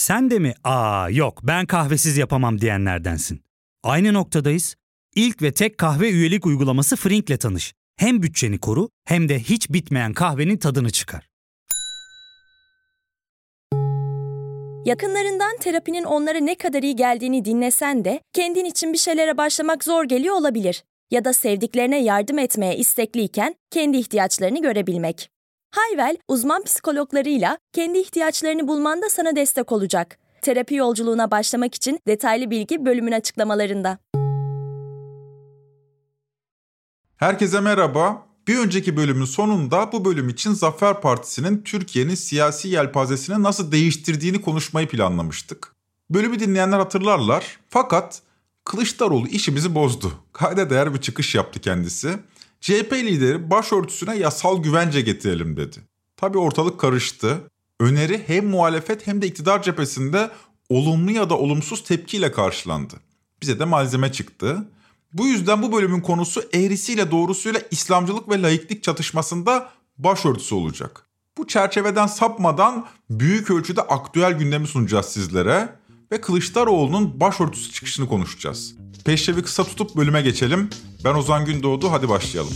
Sen de mi yok ben kahvesiz yapamam diyenlerdensin? Aynı noktadayız. İlk ve tek kahve üyelik uygulaması Frink'le tanış. Hem bütçeni koru hem de hiç bitmeyen kahvenin tadını çıkar. Yakınlarından terapinin onlara ne kadar iyi geldiğini dinlesen de kendin için bir şeylere başlamak zor geliyor olabilir. Ya da sevdiklerine yardım etmeye istekliyken kendi ihtiyaçlarını görebilmek. Hayvel, uzman psikologlarıyla kendi ihtiyaçlarını bulmanda sana destek olacak. Terapi yolculuğuna başlamak için detaylı bilgi bölümün açıklamalarında. Herkese merhaba. Bir önceki bölümün sonunda bu bölüm için Zafer Partisi'nin Türkiye'nin siyasi yelpazesini nasıl değiştirdiğini konuşmayı planlamıştık. Bölümü dinleyenler hatırlarlar. Fakat Kılıçdaroğlu işimizi bozdu. Kayda değer bir çıkış yaptı kendisi. CHP lideri başörtüsüne yasal güvence getirelim dedi. Tabii ortalık karıştı. Öneri hem muhalefet hem de iktidar cephesinde olumlu ya da olumsuz tepkiyle karşılandı. Bize de malzeme çıktı. Bu yüzden bu bölümün konusu eğrisiyle doğrusuyla İslamcılık ve laiklik çatışmasında başörtüsü olacak. Bu çerçeveden sapmadan büyük ölçüde aktüel gündemi sunacağız sizlere ve Kılıçdaroğlu'nun başörtüsü çıkışını konuşacağız. Peşrevi kısa tutup bölüme geçelim. Ben Ozan Gündoğdu, hadi başlayalım.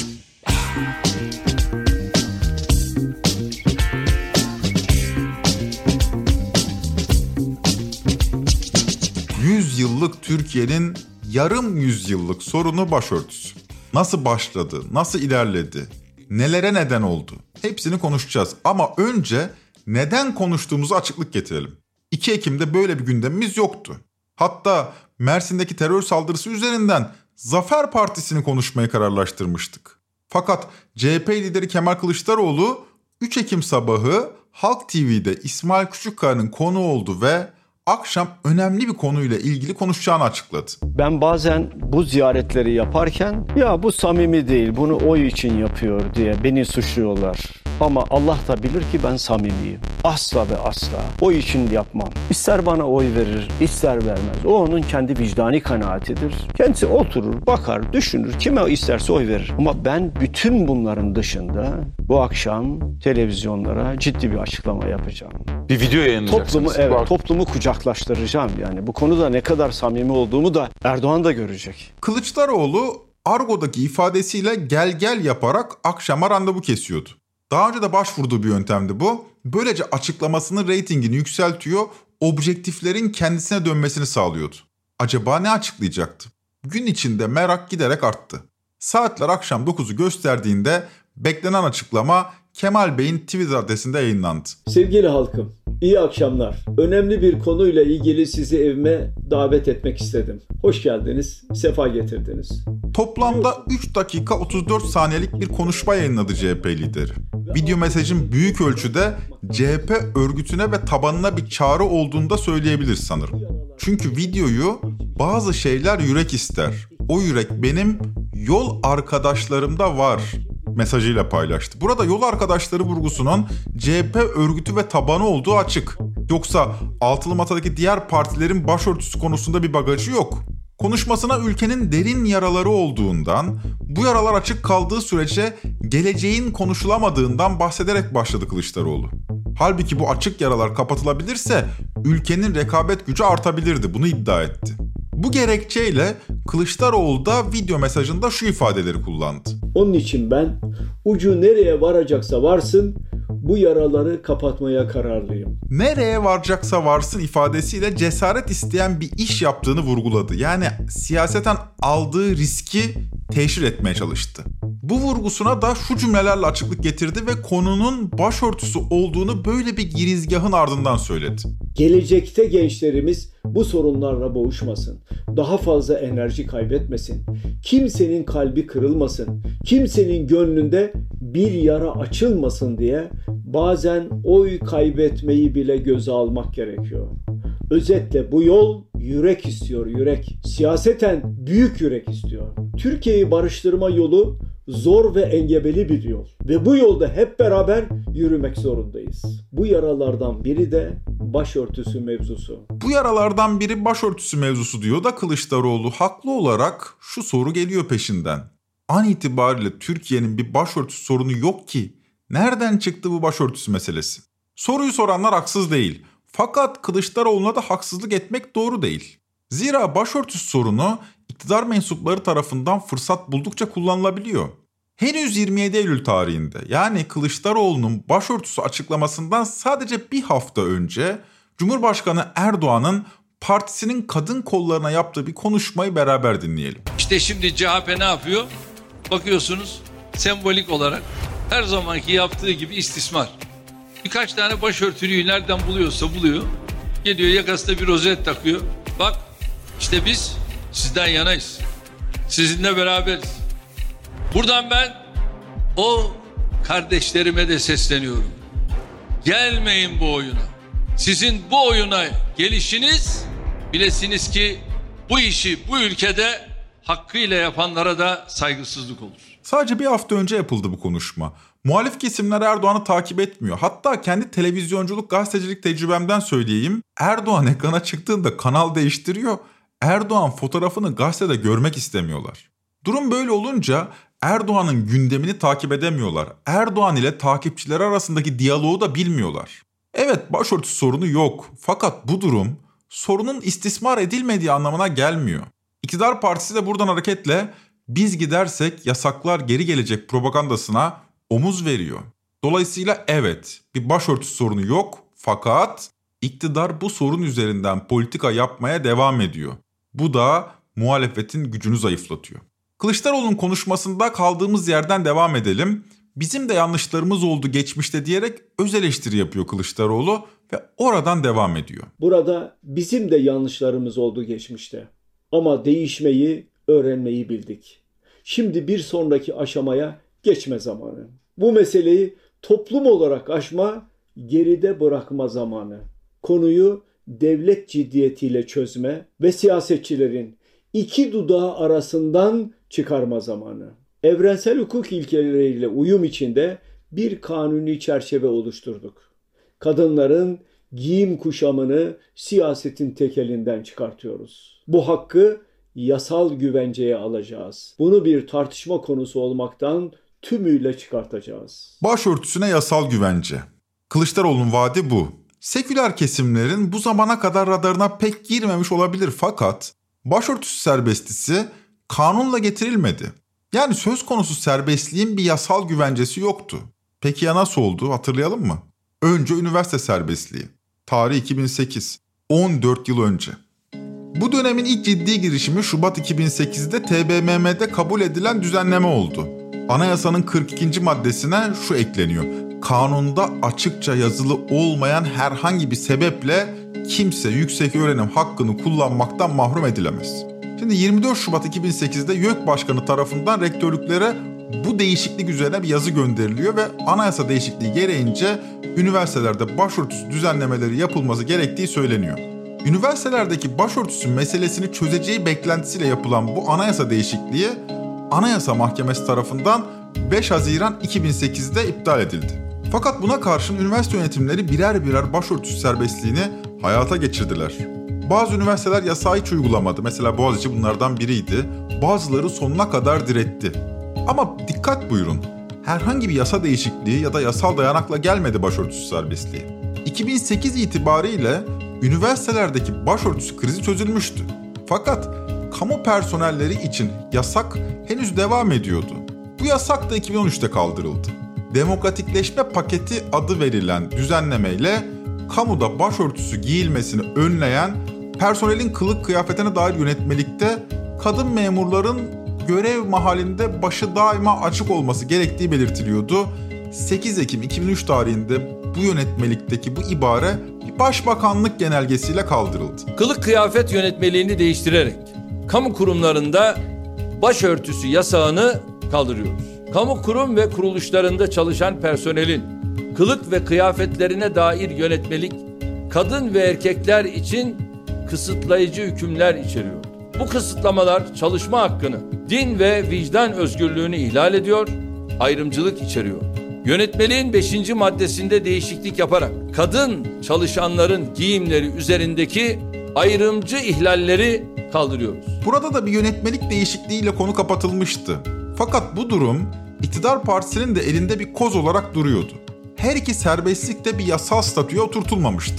100 yıllık Türkiye'nin yarım yüzyıllık sorunu başörtüsü. Nasıl başladı, nasıl ilerledi, nelere neden oldu? Hepsini konuşacağız ama önce neden konuştuğumuzu açıklık getirelim. 2 Ekim'de böyle bir gündemimiz yoktu. Hatta Mersin'deki terör saldırısı üzerinden Zafer Partisi'ni konuşmayı kararlaştırmıştık. Fakat CHP lideri Kemal Kılıçdaroğlu 3 Ekim sabahı Halk TV'de İsmail Küçükkaya'nın konuğu oldu ve akşam önemli bir konuyla ilgili konuşacağını açıkladı. Ben bazen bu ziyaretleri yaparken ya bu samimi değil, bunu oy için yapıyor diye beni suçluyorlar. Ama Allah da bilir ki ben samimiyim. Asla ve asla oy için yapmam. İster bana oy verir, ister vermez. O onun kendi vicdani kanaatidir. Kendisi oturur, bakar, düşünür. Kime isterse oy verir. Ama ben bütün bunların dışında bu akşam televizyonlara ciddi bir açıklama yapacağım. Bir video yayınlayacaksınız. Toplumu kucaklaştıracağım. Yani bu konuda ne kadar samimi olduğumu da Erdoğan da görecek. Kılıçdaroğlu argodaki ifadesiyle gel gel yaparak akşama randevu kesiyordu. Daha önce de başvurduğu bir yöntemdi bu. Böylece açıklamasının reytingini yükseltiyor, objektiflerin kendisine dönmesini sağlıyordu. Acaba ne açıklayacaktı? Gün içinde merak giderek arttı. Saatler akşam 9'u gösterdiğinde beklenen açıklama Kemal Bey'in Twitter adresinde yayınlandı. Sevgili halkım, iyi akşamlar. Önemli bir konuyla ilgili sizi evime davet etmek istedim. Hoş geldiniz, sefa getirdiniz. Toplamda 3 dakika 34 saniyelik bir konuşma yayınladı CHP lideri. Video mesajın büyük ölçüde CHP örgütüne ve tabanına bir çağrı olduğunu da söyleyebiliriz sanırım. Çünkü videoyu bazı şeyler yürek ister. O yürek benim yol arkadaşlarımda var mesajıyla paylaştı. Burada yol arkadaşları vurgusunun CHP örgütü ve tabanı olduğu açık. Yoksa altılı masadaki diğer partilerin başörtüsü konusunda bir bagajı yok. Konuşmasına ülkenin derin yaraları olduğundan, bu yaralar açık kaldığı sürece geleceğin konuşulamadığından bahsederek başladı Kılıçdaroğlu. Halbuki bu açık yaralar kapatılabilirse ülkenin rekabet gücü artabilirdi, bunu iddia etti. Bu gerekçeyle Kılıçdaroğlu da video mesajında şu ifadeleri kullandı. Onun için ben ucu nereye varacaksa varsın bu yaraları kapatmaya kararlıyım. Nereye varacaksa varsın ifadesiyle cesaret isteyen bir iş yaptığını vurguladı. Yani siyaseten aldığı riski teşhir etmeye çalıştı. Bu vurgusuna da şu cümlelerle açıklık getirdi ve konunun başörtüsü olduğunu böyle bir girizgahın ardından söyledi. Gelecekte gençlerimiz bu sorunlarla boğuşmasın. Daha fazla enerji kaybetmesin. Kimsenin kalbi kırılmasın. Kimsenin gönlünde bir yara açılmasın diye bazen oy kaybetmeyi bile göze almak gerekiyor. Özetle bu yol yürek istiyor, yürek. Siyaseten büyük yürek istiyor. Türkiye'yi barıştırma yolu zor ve engebeli bir yol. Ve bu yolda hep beraber yürümek zorundayız. Bu yaralardan biri de başörtüsü mevzusu. Bu yaralardan biri başörtüsü mevzusu diyor da Kılıçdaroğlu haklı olarak şu soru geliyor peşinden. An itibariyle Türkiye'nin bir başörtüsü sorunu yok ki. Nereden çıktı bu başörtüsü meselesi? Soruyu soranlar haksız değil. Fakat Kılıçdaroğlu'na da haksızlık etmek doğru değil. Zira başörtüsü sorunu iktidar mensupları tarafından fırsat buldukça kullanılabiliyor. Henüz 27 Eylül tarihinde, yani Kılıçdaroğlu'nun başörtüsü açıklamasından sadece bir hafta önce Cumhurbaşkanı Erdoğan'ın partisinin kadın kollarına yaptığı bir konuşmayı beraber dinleyelim. İşte şimdi CHP ne yapıyor? Bakıyorsunuz sembolik olarak her zamanki yaptığı gibi istismar. Birkaç tane başörtülüyü nereden buluyorsa buluyor. Geliyor yakasında bir rozet takıyor. Bak işte biz sizden yanayız. Sizinle beraberiz. Buradan ben o kardeşlerime de sesleniyorum. Gelmeyin bu oyuna. Sizin bu oyuna gelişiniz, bilesiniz ki bu işi bu ülkede hakkıyla yapanlara da saygısızlık olur. Sadece bir hafta önce yapıldı bu konuşma. Muhalif kesimler Erdoğan'ı takip etmiyor. Hatta kendi televizyonculuk, gazetecilik tecrübemden söyleyeyim. Erdoğan ekrana çıktığında kanal değiştiriyor. Erdoğan fotoğrafını gazetede görmek istemiyorlar. Durum böyle olunca Erdoğan'ın gündemini takip edemiyorlar. Erdoğan ile takipçileri arasındaki diyaloğu da bilmiyorlar. Evet, başörtüsü sorunu yok. Fakat bu durum sorunun istismar edilmediği anlamına gelmiyor. İktidar partisi de buradan hareketle biz gidersek yasaklar geri gelecek propagandasına omuz veriyor. Dolayısıyla evet, bir başörtüsü sorunu yok fakat iktidar bu sorun üzerinden politika yapmaya devam ediyor. Bu da muhalefetin gücünü zayıflatıyor. Kılıçdaroğlu'nun konuşmasında kaldığımız yerden devam edelim. Bizim de yanlışlarımız oldu geçmişte diyerek öz eleştiri yapıyor Kılıçdaroğlu ve oradan devam ediyor. Burada bizim de yanlışlarımız oldu geçmişte. Ama değişmeyi, öğrenmeyi bildik. Şimdi bir sonraki aşamaya geçme zamanı. Bu meseleyi toplum olarak aşma, geride bırakma zamanı. Konuyu devlet ciddiyetiyle çözme ve siyasetçilerin iki dudağı arasından çıkarma zamanı. Evrensel hukuk ilkeleriyle uyum içinde bir kanuni çerçeve oluşturduk. Kadınların giyim kuşamını siyasetin tekelinden çıkartıyoruz. Bu hakkı yasal güvenceye alacağız. Bunu bir tartışma konusu olmaktan tümüyle çıkartacağız. Başörtüsüne yasal güvence. Kılıçdaroğlu'nun vaadi bu. Seküler kesimlerin bu zamana kadar radarına pek girmemiş olabilir fakat başörtüsü serbestisi kanunla getirilmedi. Yani söz konusu serbestliğin bir yasal güvencesi yoktu. Peki ya nasıl oldu, hatırlayalım mı? Önce üniversite serbestliği. Tarih 2008. 14 yıl önce. Bu dönemin ilk ciddi girişimi Şubat 2008'de TBMM'de kabul edilen düzenleme oldu. Anayasanın 42. maddesine şu ekleniyor. Kanunda açıkça yazılı olmayan herhangi bir sebeple kimse yüksek öğrenim hakkını kullanmaktan mahrum edilemez. Şimdi 24 Şubat 2008'de YÖK Başkanı tarafından rektörlüklere bu değişiklik üzerine bir yazı gönderiliyor ve anayasa değişikliği gereğince üniversitelerde başörtüsü düzenlemeleri yapılması gerektiği söyleniyor. Üniversitelerdeki başörtüsü meselesini çözeceği beklentisiyle yapılan bu anayasa değişikliği Anayasa Mahkemesi tarafından 5 Haziran 2008'de iptal edildi. Fakat buna karşın üniversite yönetimleri birer birer başörtüsü serbestliğini hayata geçirdiler. Bazı üniversiteler yasağı hiç uygulamadı. Mesela Boğaziçi bunlardan biriydi. Bazıları sonuna kadar diretti. Ama dikkat buyurun. Herhangi bir yasa değişikliği ya da yasal dayanakla gelmedi başörtüsü serbestliği. 2008 itibariyle üniversitelerdeki başörtüsü krizi çözülmüştü. Fakat kamu personelleri için yasak henüz devam ediyordu. Bu yasak da 2013'te kaldırıldı. Demokratikleşme paketi adı verilen düzenlemeyle kamuda başörtüsü giyilmesini önleyen personelin kılık kıyafetine dair yönetmelikte kadın memurların görev mahallinde başı daima açık olması gerektiği belirtiliyordu. 8 Ekim 2003 tarihinde bu yönetmelikteki bu ibare Başbakanlık genelgesiyle kaldırıldı. Kılık kıyafet yönetmeliğini değiştirerek kamu kurumlarında başörtüsü yasağını kaldırıyoruz. Kamu kurum ve kuruluşlarında çalışan personelin kılık ve kıyafetlerine dair yönetmelik kadın ve erkekler için kısıtlayıcı hükümler içeriyor. Bu kısıtlamalar çalışma hakkını, din ve vicdan özgürlüğünü ihlal ediyor, ayrımcılık içeriyor. Yönetmeliğin 5. maddesinde değişiklik yaparak kadın çalışanların giyimleri üzerindeki ayrımcı ihlalleri kaldırıyoruz. Burada da bir yönetmelik değişikliğiyle konu kapatılmıştı. Fakat bu durum iktidar partisinin de elinde bir koz olarak duruyordu. Her iki serbestlik de bir yasal statüye oturtulmamıştı.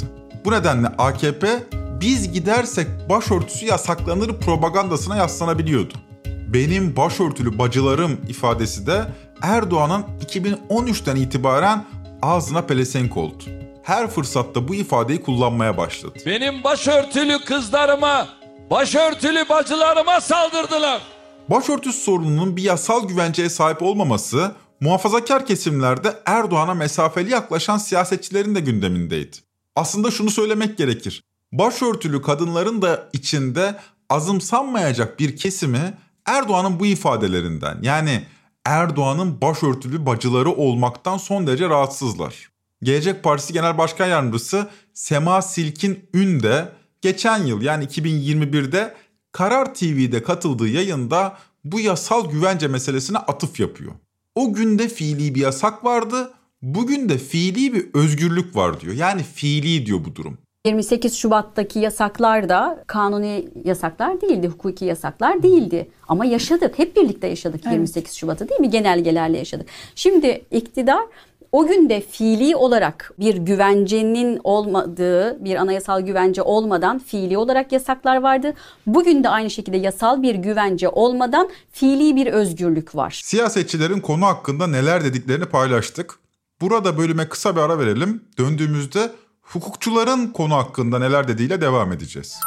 Bu nedenle AKP biz gidersek başörtüsü yasaklanır propagandasına yaslanabiliyordu. Benim başörtülü bacılarım ifadesi de Erdoğan'ın 2013'ten itibaren ağzına pelesenk oldu. Her fırsatta bu ifadeyi kullanmaya başladı. Benim başörtülü kızlarıma, başörtülü bacılarıma saldırdılar. Başörtüsü sorununun bir yasal güvenceye sahip olmaması, muhafazakar kesimlerde Erdoğan'a mesafeli yaklaşan siyasetçilerin de gündemindeydi. Aslında şunu söylemek gerekir. Başörtülü kadınların da içinde azımsanmayacak bir kesimi Erdoğan'ın bu ifadelerinden, yani Erdoğan'ın başörtülü bacıları olmaktan son derece rahatsızlar. Gelecek Partisi Genel Başkan Yardımcısı Sema Silkin Ün de geçen yıl, yani 2021'de Karar TV'de katıldığı yayında bu yasal güvence meselesine atıf yapıyor. O günde fiili bir yasak vardı, bugün de fiili bir özgürlük var diyor. Yani fiili diyor bu durum. 28 Şubat'taki yasaklar da kanuni yasaklar değildi, hukuki yasaklar değildi. Ama yaşadık, hep birlikte yaşadık, evet. 28 Şubat'ı değil mi? Genelgelerle yaşadık. Şimdi iktidar o gün de fiili olarak bir güvencenin olmadığı, bir anayasal güvence olmadan fiili olarak yasaklar vardı. Bugün de aynı şekilde yasal bir güvence olmadan fiili bir özgürlük var. Siyasetçilerin konu hakkında neler dediklerini paylaştık. Burada bölüme kısa bir ara verelim. Döndüğümüzde hukukçuların konu hakkında neler dediğiyle devam edeceğiz.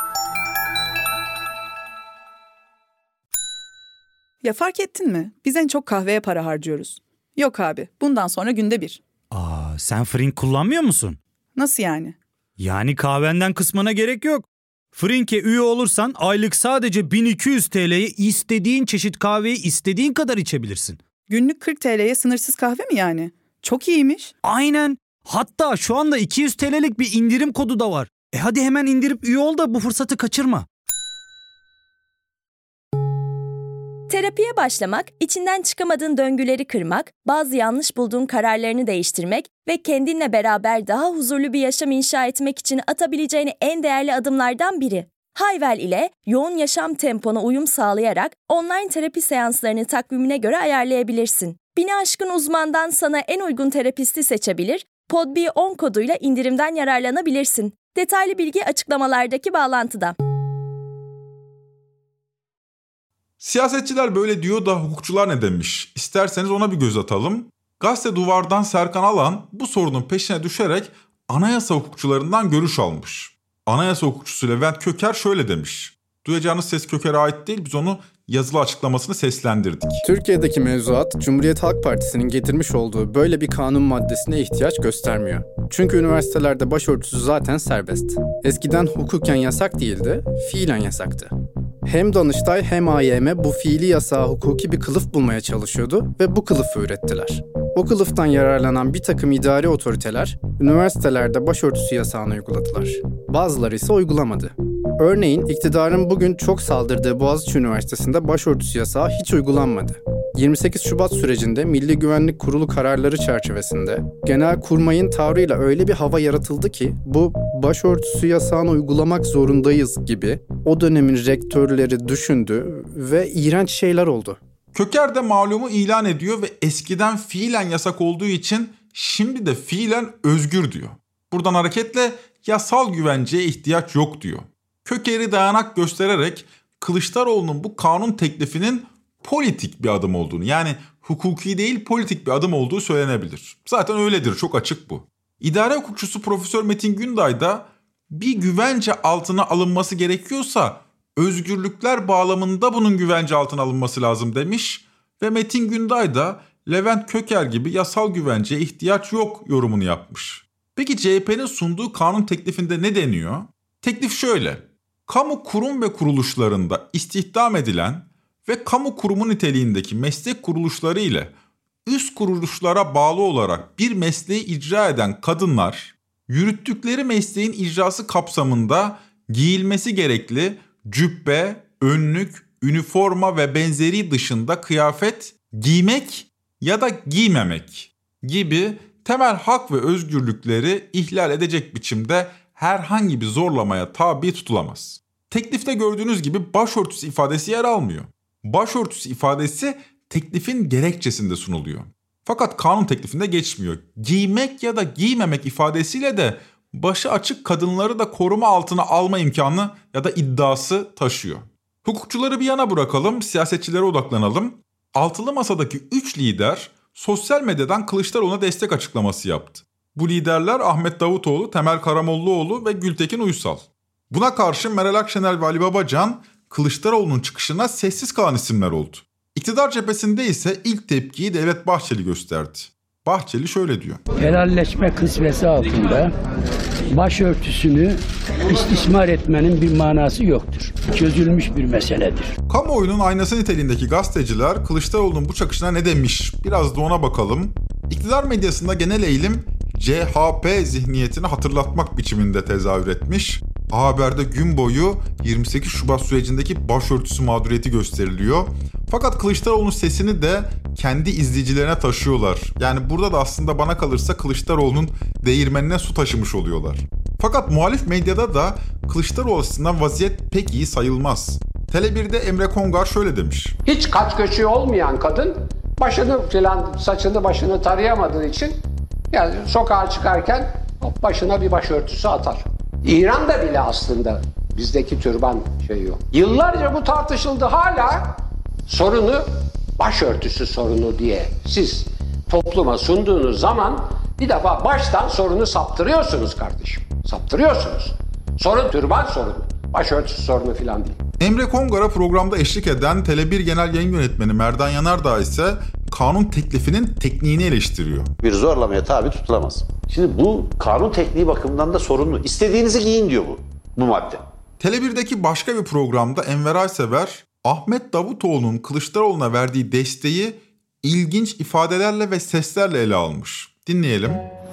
Ya fark ettin mi? Biz en çok kahveye para harcıyoruz. Yok abi, bundan sonra günde bir. Sen Frink kullanmıyor musun? Nasıl yani? Yani kahvenden kısmına gerek yok. Frink'e üye olursan aylık sadece 1200 TL'ye istediğin çeşit kahveyi istediğin kadar içebilirsin. Günlük 40 TL'ye sınırsız kahve mi yani? Çok iyiymiş. Aynen. Hatta şu anda 200 TL'lik bir indirim kodu da var. Hadi hemen indirip üye ol da bu fırsatı kaçırma. Terapiye başlamak, içinden çıkamadığın döngüleri kırmak, bazı yanlış bulduğun kararlarını değiştirmek ve kendinle beraber daha huzurlu bir yaşam inşa etmek için atabileceğin en değerli adımlardan biri. Hayvel ile yoğun yaşam tempona uyum sağlayarak online terapi seanslarını takvimine göre ayarlayabilirsin. 1000'i aşkın uzmandan sana en uygun terapisti seçebilir, PodB10 koduyla indirimden yararlanabilirsin. Detaylı bilgi açıklamalardaki bağlantıda. Siyasetçiler böyle diyor da hukukçular ne demiş? İsterseniz ona bir göz atalım. Gazete Duvar'dan Serkan Alan bu sorunun peşine düşerek anayasa hukukçularından görüş almış. Anayasa hukukçusu Levent Köker şöyle demiş. Duyacağınız ses Köker'e ait değil, biz onu yazılı açıklamasını seslendirdik. Türkiye'deki mevzuat Cumhuriyet Halk Partisi'nin getirmiş olduğu böyle bir kanun maddesine ihtiyaç göstermiyor. Çünkü üniversitelerde başörtüsü zaten serbest. Eskiden hukuken yasak değildi, fiilen yasaktı. Hem Danıştay hem AYM bu fiili yasağa hukuki bir kılıf bulmaya çalışıyordu ve bu kılıfı ürettiler. O kılıftan yararlanan bir takım idari otoriteler üniversitelerde başörtüsü yasağını uyguladılar. Bazıları ise uygulamadı. Örneğin iktidarın bugün çok saldırdığı Boğaziçi Üniversitesi'nde başörtüsü yasağı hiç uygulanmadı. 28 Şubat sürecinde Milli Güvenlik Kurulu kararları çerçevesinde Genelkurmay'ın tavrıyla öyle bir hava yaratıldı ki bu başörtüsü yasağını uygulamak zorundayız gibi o dönemin rektörleri düşündü ve iğrenç şeyler oldu. Köker de malumu ilan ediyor ve eskiden fiilen yasak olduğu için şimdi de fiilen özgür diyor. Buradan hareketle yasal güvenceye ihtiyaç yok diyor. Köker'i dayanak göstererek Kılıçdaroğlu'nun bu kanun teklifinin politik bir adım olduğunu, yani hukuki değil politik bir adım olduğu söylenebilir. Zaten öyledir, çok açık bu. İdare hukukçusu Profesör Metin Günday da bir güvence altına alınması gerekiyorsa özgürlükler bağlamında bunun güvence altına alınması lazım demiş ve Metin Günday da Levent Köker gibi yasal güvenceye ihtiyaç yok yorumunu yapmış. Peki CHP'nin sunduğu kanun teklifinde ne deniyor? Teklif şöyle: kamu kurum ve kuruluşlarında istihdam edilen ve kamu kurumu niteliğindeki meslek kuruluşları ile üst kuruluşlara bağlı olarak bir mesleği icra eden kadınlar, yürüttükleri mesleğin icrası kapsamında giyilmesi gerekli cübbe, önlük, üniforma ve benzeri dışında kıyafet giymek ya da giymemek gibi temel hak ve özgürlükleri ihlal edecek biçimde herhangi bir zorlamaya tabi tutulamaz. Teklifte gördüğünüz gibi başörtüsü ifadesi yer almıyor. Başörtüsü ifadesi teklifin gerekçesinde sunuluyor. Fakat kanun teklifinde geçmiyor. Giymek ya da giymemek ifadesiyle de başı açık kadınları da koruma altına alma imkanı ya da iddiası taşıyor. Hukukçuları bir yana bırakalım, siyasetçilere odaklanalım. Altılı Masa'daki 3 lider sosyal medyadan Kılıçdaroğlu'na destek açıklaması yaptı. Bu liderler Ahmet Davutoğlu, Temel Karamollaoğlu ve Gültekin Uysal. Buna karşı Meral Akşener ve Ali Babacan Kılıçdaroğlu'nun çıkışına sessiz kalan isimler oldu. İktidar cephesinde ise ilk tepkiyi Devlet Bahçeli gösterdi. Bahçeli şöyle diyor. Helalleşme kısmeti altında başörtüsünü istismar etmenin bir manası yoktur. Çözülmüş bir meseledir. Kamuoyunun aynası niteliğindeki gazeteciler Kılıçdaroğlu'nun bu çıkışına ne demiş? Biraz da ona bakalım. İktidar medyasında genel eğilim CHP zihniyetini hatırlatmak biçiminde tezahür etmiş. A Haber'de gün boyu 28 Şubat sürecindeki başörtüsü mağduriyeti gösteriliyor. Fakat Kılıçdaroğlu'nun sesini de kendi izleyicilerine taşıyorlar. Yani burada da aslında bana kalırsa Kılıçdaroğlu'nun değirmenine su taşımış oluyorlar. Fakat muhalif medyada da Kılıçdaroğlu açısından vaziyet pek iyi sayılmaz. Tele1'de Emre Kongar şöyle demiş. Hiç kaç göçü olmayan kadın saçını başını tarayamadığı için yani sokağa çıkarken başına bir başörtüsü atar. İran'da bile aslında bizdeki türban yok. Yıllarca bu tartışıldı, hala sorunu başörtüsü sorunu diye siz topluma sunduğunuz zaman bir defa baştan sorunu saptırıyorsunuz kardeşim. Saptırıyorsunuz. Sorun türban sorunu, başörtüsü sorunu falan değil. Emre Kongar'a programda eşlik eden Tele1 Genel Yayın Yönetmeni Merdan Yanardağ ise kanun teklifinin tekniğini eleştiriyor. Bir zorlamaya tabi tutulamaz. Şimdi bu kanun tekniği bakımından da sorunlu. İstediğinizi giyin diyor bu madde. Tele1'deki başka bir programda Enver Aysever, Ahmet Davutoğlu'nun Kılıçdaroğlu'na verdiği desteği ilginç ifadelerle ve seslerle ele almış. Dinleyelim.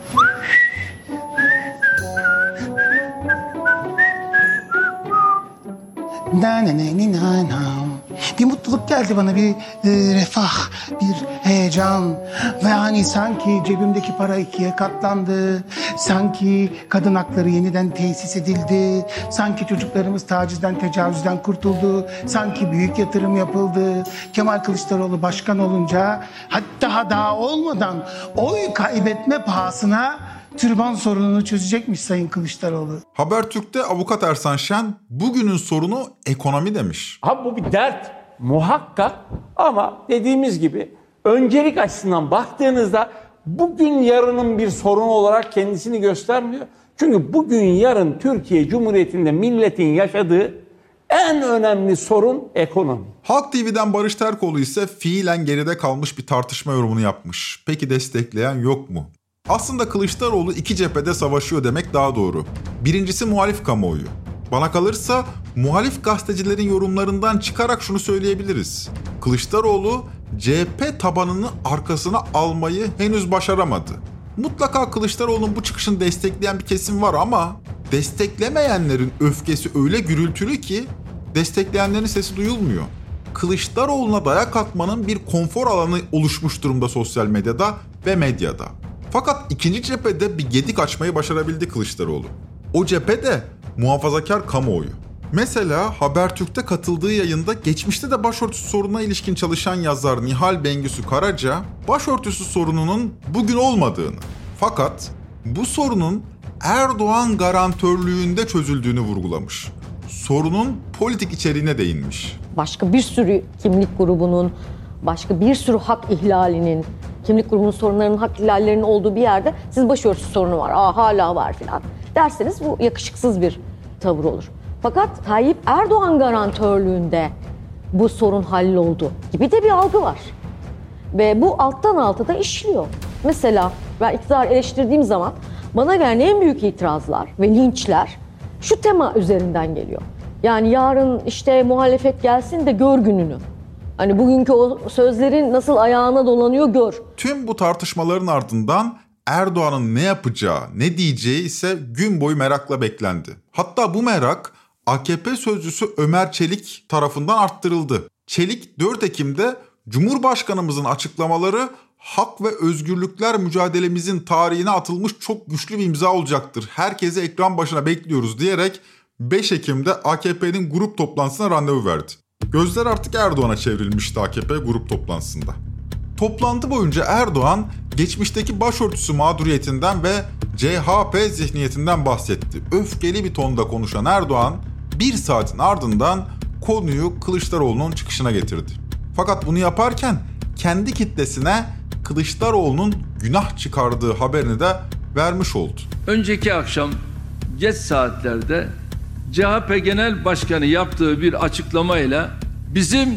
Bir mutluluk geldi bana, bir refah, bir heyecan ve hani sanki cebimdeki para 2'ye katlandı, sanki kadın hakları yeniden tesis edildi, sanki çocuklarımız tacizden, tecavüzden kurtuldu, sanki büyük yatırım yapıldı. Kemal Kılıçdaroğlu başkan olunca hatta daha olmadan oy kaybetme pahasına türban sorununu çözecekmiş Sayın Kılıçdaroğlu. Habertürk'te avukat Ersan Şen bugünün sorunu ekonomi demiş. Bu bir dert muhakkak ama dediğimiz gibi öncelik açısından baktığınızda bugün yarının bir sorun olarak kendisini göstermiyor. Çünkü bugün yarın Türkiye Cumhuriyeti'nde milletin yaşadığı en önemli sorun ekonomi. Halk TV'den Barış Terkoğlu ise fiilen geride kalmış bir tartışma yorumunu yapmış. Peki destekleyen yok mu? Aslında Kılıçdaroğlu iki cephede savaşıyor demek daha doğru. Birincisi muhalif kamuoyu. Bana kalırsa muhalif gazetecilerin yorumlarından çıkarak şunu söyleyebiliriz. Kılıçdaroğlu CHP tabanını arkasına almayı henüz başaramadı. Mutlaka Kılıçdaroğlu'nun bu çıkışını destekleyen bir kesim var ama desteklemeyenlerin öfkesi öyle gürültülü ki destekleyenlerin sesi duyulmuyor. Kılıçdaroğlu'na dayak atmanın bir konfor alanı oluşmuş durumda sosyal medyada ve medyada. Fakat ikinci cephede bir gedik açmayı başarabildi Kılıçdaroğlu. O cephede muhafazakar kamuoyu. Mesela Habertürk'te katıldığı yayında geçmişte de başörtüsü sorununa ilişkin çalışan yazar Nihal Bengüsü Karaca, başörtüsü sorununun bugün olmadığını, fakat bu sorunun Erdoğan garantörlüğünde çözüldüğünü vurgulamış. Sorunun politik içeriğine değinmiş. Başka bir sürü kimlik grubunun, başka bir sürü hak ihlalinin, kimlik grubunun sorunlarının, hak ihlallerinin olduğu bir yerde siz başörtüsü sorunu var, hala var filan derseniz bu yakışıksız bir tavır olur. Fakat Tayyip Erdoğan garantörlüğünde bu sorun halloldu gibi de bir algı var. Ve bu alttan alta da işliyor. Mesela ben iktidarı eleştirdiğim zaman bana gelen en büyük itirazlar ve linçler şu tema üzerinden geliyor. Yani yarın işte muhalefet gelsin de gör gününü. Hani bugünkü o sözlerin nasıl ayağına dolanıyor gör. Tüm bu tartışmaların ardından Erdoğan'ın ne yapacağı, ne diyeceği ise gün boyu merakla beklendi. Hatta bu merak AKP sözcüsü Ömer Çelik tarafından arttırıldı. Çelik 4 Ekim'de Cumhurbaşkanımızın açıklamaları hak ve özgürlükler mücadelemizin tarihine atılmış çok güçlü bir imza olacaktır. Herkese ekran başına bekliyoruz diyerek 5 Ekim'de AKP'nin grup toplantısına randevu verdi. Gözler artık Erdoğan'a çevrilmişti AKP grup toplantısında. Toplantı boyunca Erdoğan geçmişteki başörtüsü mağduriyetinden ve CHP zihniyetinden bahsetti. Öfkeli bir tonda konuşan Erdoğan 1 saatin ardından konuyu Kılıçdaroğlu'nun çıkışına getirdi. Fakat bunu yaparken kendi kitlesine Kılıçdaroğlu'nun günah çıkardığı haberini de vermiş oldu. Önceki akşam geç saatlerde CHP Genel Başkanı yaptığı bir açıklamayla bizim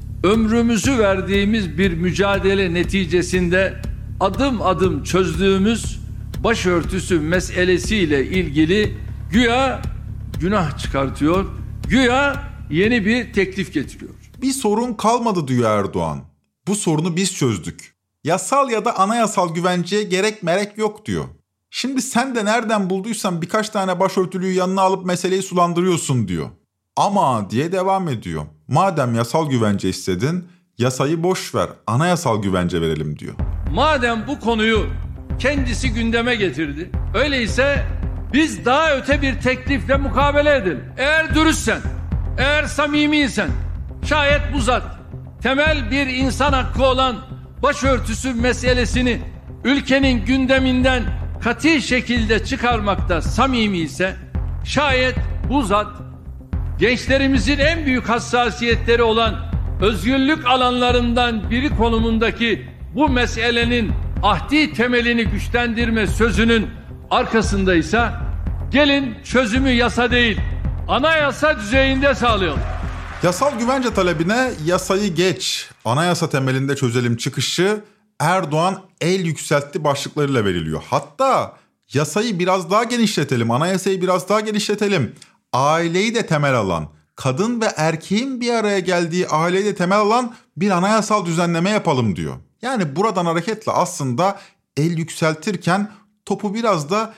ömrümüzü verdiğimiz bir mücadele neticesinde adım adım çözdüğümüz başörtüsü meselesiyle ilgili güya günah çıkartıyor, güya yeni bir teklif getiriyor. Bir sorun kalmadı diyor Erdoğan. Bu sorunu biz çözdük. Yasal ya da anayasal güvenceye gerek merek yok diyor. Şimdi sen de nereden bulduysan birkaç tane başörtülüyü yanına alıp meseleyi sulandırıyorsun diyor. Ama diye devam ediyor. Madem yasal güvence istedin, yasayı boş ver, anayasal güvence verelim diyor. Madem bu konuyu kendisi gündeme getirdi, öyleyse biz daha öte bir teklifle mukabele edelim. Eğer dürüstsen, eğer samimiysen, şayet bu zat temel bir insan hakkı olan başörtüsü meselesini ülkenin gündeminden katı şekilde çıkarmakta samimi ise, şayet bu zat gençlerimizin en büyük hassasiyetleri olan özgürlük alanlarından biri konumundaki bu meselenin ahdi temelini güçlendirme sözünün arkasındaysa, gelin çözümü yasa değil, anayasa düzeyinde sağlayalım. Yasal güvence talebine yasayı geç, anayasa temelinde çözelim çıkışı Erdoğan el yükseltti başlıklarıyla veriliyor. Hatta yasayı biraz daha genişletelim, anayasayı biraz daha genişletelim. Aileyi de temel alan, kadın ve erkeğin bir araya geldiği aileyi de temel alan bir anayasal düzenleme yapalım diyor. Yani buradan hareketle aslında el yükseltirken topu biraz da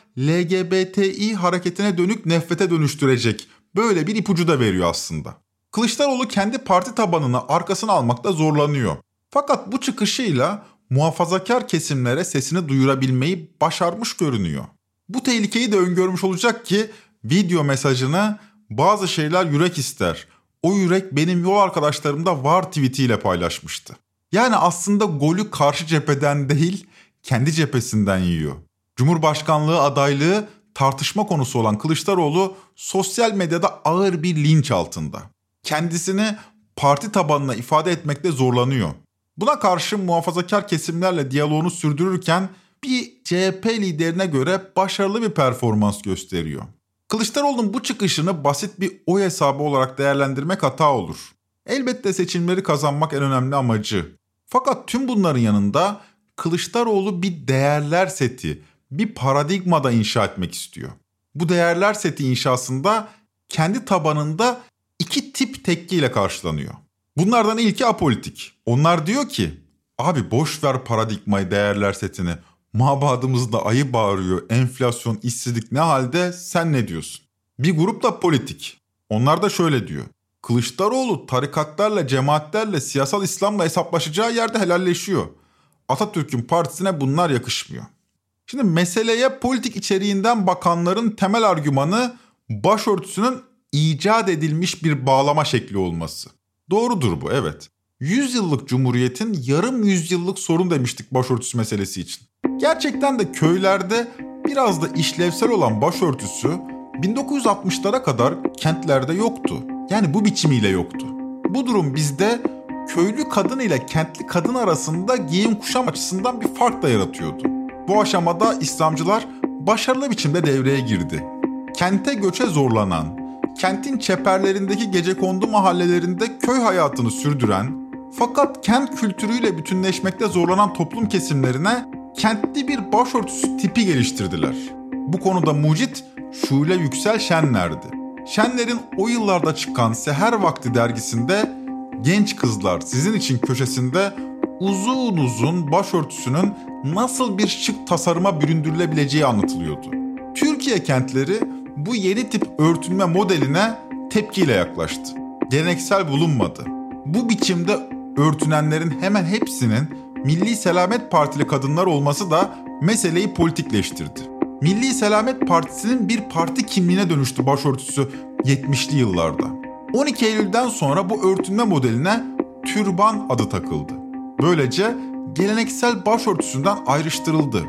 LGBTİ hareketine dönük nefrete dönüştürecek böyle bir ipucu da veriyor aslında. Kılıçdaroğlu kendi parti tabanını arkasına almakta zorlanıyor. Fakat bu çıkışıyla muhafazakar kesimlere sesini duyurabilmeyi başarmış görünüyor. Bu tehlikeyi de öngörmüş olacak ki video mesajını bazı şeyler yürek ister. O yürek benim yol arkadaşlarımda var tweetiyle paylaşmıştı. Yani aslında golü karşı cepheden değil, kendi cephesinden yiyor. Cumhurbaşkanlığı adaylığı tartışma konusu olan Kılıçdaroğlu sosyal medyada ağır bir linç altında. Kendisini parti tabanına ifade etmekte zorlanıyor. Buna karşı muhafazakar kesimlerle diyaloğunu sürdürürken bir CHP liderine göre başarılı bir performans gösteriyor. Kılıçdaroğlu'nun bu çıkışını basit bir oy hesabı olarak değerlendirmek hata olur. Elbette seçimleri kazanmak en önemli amacı. Fakat tüm bunların yanında Kılıçdaroğlu bir değerler seti, bir paradigmada inşa etmek istiyor. Bu değerler seti inşasında kendi tabanında 2 tip tepkiyle karşılanıyor. Bunlardan ilki apolitik. Onlar diyor ki, abi boş ver paradigmayı, değerler setini. Mabadımızda ayı bağırıyor, enflasyon, işsizlik ne halde, sen ne diyorsun? Bir grup da politik. Onlar da şöyle diyor. Kılıçdaroğlu tarikatlarla, cemaatlerle, siyasal İslam'la hesaplaşacağı yerde helalleşiyor. Atatürk'ün partisine bunlar yakışmıyor. Şimdi meseleye politik içeriğinden bakanların temel argümanı başörtüsünün icat edilmiş bir bağlama şekli olması. Doğrudur bu, evet. 100 yıllık cumhuriyetin yarım yüzyıllık sorun demiştik başörtüsü meselesi için. Gerçekten de köylerde biraz da işlevsel olan başörtüsü 1960'lara kadar kentlerde yoktu. Yani bu biçimiyle yoktu. Bu durum bizde köylü kadın ile kentli kadın arasında giyim kuşam açısından bir fark da yaratıyordu. Bu aşamada İslamcılar başarılı biçimde devreye girdi. Kente göçe zorlanan, kentin çeperlerindeki gecekondu mahallelerinde köy hayatını sürdüren, fakat kent kültürüyle bütünleşmekte zorlanan toplum kesimlerine kentli bir başörtüsü tipi geliştirdiler. Bu konuda mucit Şule Yüksel Şenler'di. Şenler'in o yıllarda çıkan Seher Vakti dergisinde genç kızlar sizin için köşesinde uzun uzun başörtüsünün nasıl bir şık tasarıma büründürülebileceği anlatılıyordu. Türkiye kentleri bu yeni tip örtünme modeline tepkiyle yaklaştı. Geleneksel bulunmadı. Bu biçimde örtünenlerin hemen hepsinin Milli Selamet Partili kadınlar olması da meseleyi politikleştirdi. Milli Selamet Partisi'nin bir parti kimliğine dönüştü başörtüsü 70'li yıllarda. 12 Eylül'den sonra bu örtünme modeline türban adı takıldı. Böylece geleneksel başörtüsünden ayrıştırıldı.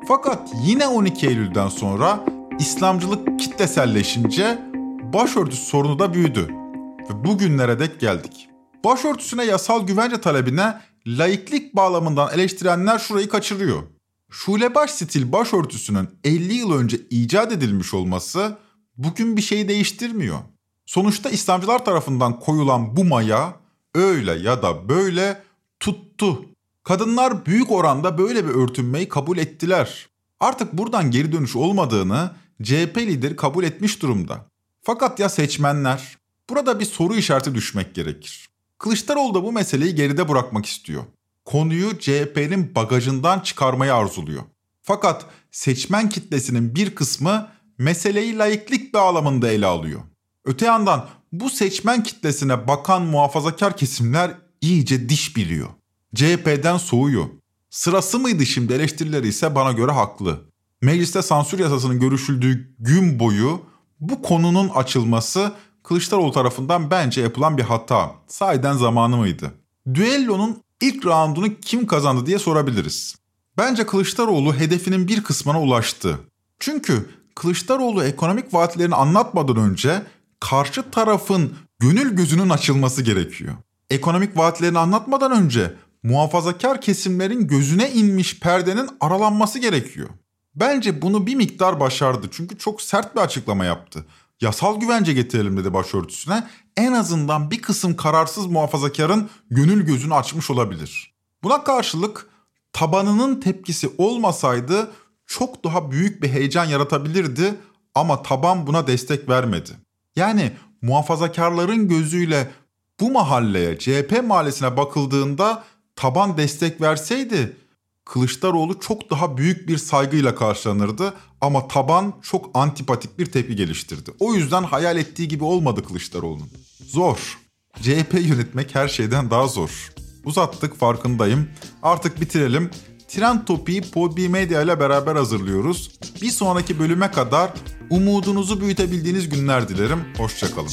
Fakat yine 12 Eylül'den sonra İslamcılık kitleselleşince başörtüsü sorunu da büyüdü. Ve bugünlere dek geldik. Başörtüsüne yasal güvence talebine laiklik bağlamından eleştirenler şurayı kaçırıyor. Şulebaş stil başörtüsünün 50 yıl önce icat edilmiş olması bugün bir şey değiştirmiyor. Sonuçta İslamcılar tarafından koyulan bu maya öyle ya da böyle tuttu. Kadınlar büyük oranda böyle bir örtünmeyi kabul ettiler. Artık buradan geri dönüş olmadığını CHP lideri kabul etmiş durumda. Fakat ya seçmenler? Burada bir soru işareti düşmek gerekir. Kılıçdaroğlu da bu meseleyi geride bırakmak istiyor. Konuyu CHP'nin bagajından çıkarmayı arzuluyor. Fakat seçmen kitlesinin bir kısmı meseleyi laiklik bağlamında ele alıyor. Öte yandan bu seçmen kitlesine bakan muhafazakar kesimler iyice diş biliyor. CHP'den soğuyor. Sırası mıydı şimdi eleştirileri ise bana göre haklı. Mecliste sansür yasasının görüşüldüğü gün boyu bu konunun açılması Kılıçdaroğlu tarafından bence yapılan bir hata. Sahiden zamanı mıydı? Düellonun ilk roundunu kim kazandı diye sorabiliriz. Bence Kılıçdaroğlu hedefinin bir kısmına ulaştı. Çünkü Kılıçdaroğlu ekonomik vaatlerini anlatmadan önce karşı tarafın gönül gözünün açılması gerekiyor. Ekonomik vaatlerini anlatmadan önce muhafazakar kesimlerin gözüne inmiş perdenin aralanması gerekiyor. Bence bunu bir miktar başardı çünkü çok sert bir açıklama yaptı. Yasal güvence getirelim dedi başörtüsüne. En azından bir kısım kararsız muhafazakarın gönül gözünü açmış olabilir. Buna karşılık tabanının tepkisi olmasaydı çok daha büyük bir heyecan yaratabilirdi ama taban buna destek vermedi. Yani muhafazakarların gözüyle bu mahalleye, CHP mahallesine bakıldığında taban destek verseydi Kılıçdaroğlu çok daha büyük bir saygıyla karşılanırdı ama taban çok antipatik bir tepki geliştirdi. O yüzden hayal ettiği gibi olmadı Kılıçdaroğlu'nun. Zor. CHP yönetmek her şeyden daha zor. Uzattık farkındayım. Artık bitirelim. Trend Topi'yi Podbi Medya ile beraber hazırlıyoruz. Bir sonraki bölüme kadar umudunuzu büyütebildiğiniz günler dilerim. Hoşça kalın.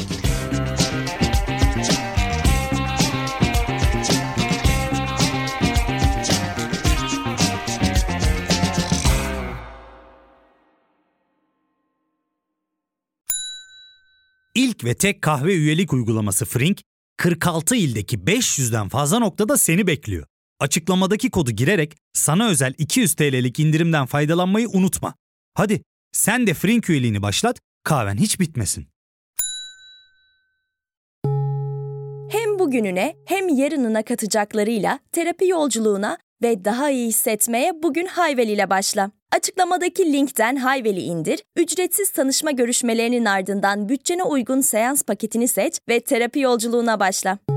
İlk ve tek kahve üyelik uygulaması Frink, 46 ildeki 500'den fazla noktada seni bekliyor. Açıklamadaki kodu girerek sana özel 200 TL'lik indirimden faydalanmayı unutma. Hadi sen de Frink üyeliğini başlat, kahven hiç bitmesin. Hem bugününe hem yarınına katacaklarıyla terapi yolculuğuna ve daha iyi hissetmeye bugün Hayvel ile başla. Açıklamadaki linkten Hayvel'i indir, ücretsiz tanışma görüşmelerinin ardından bütçene uygun seans paketini seç ve terapi yolculuğuna başla.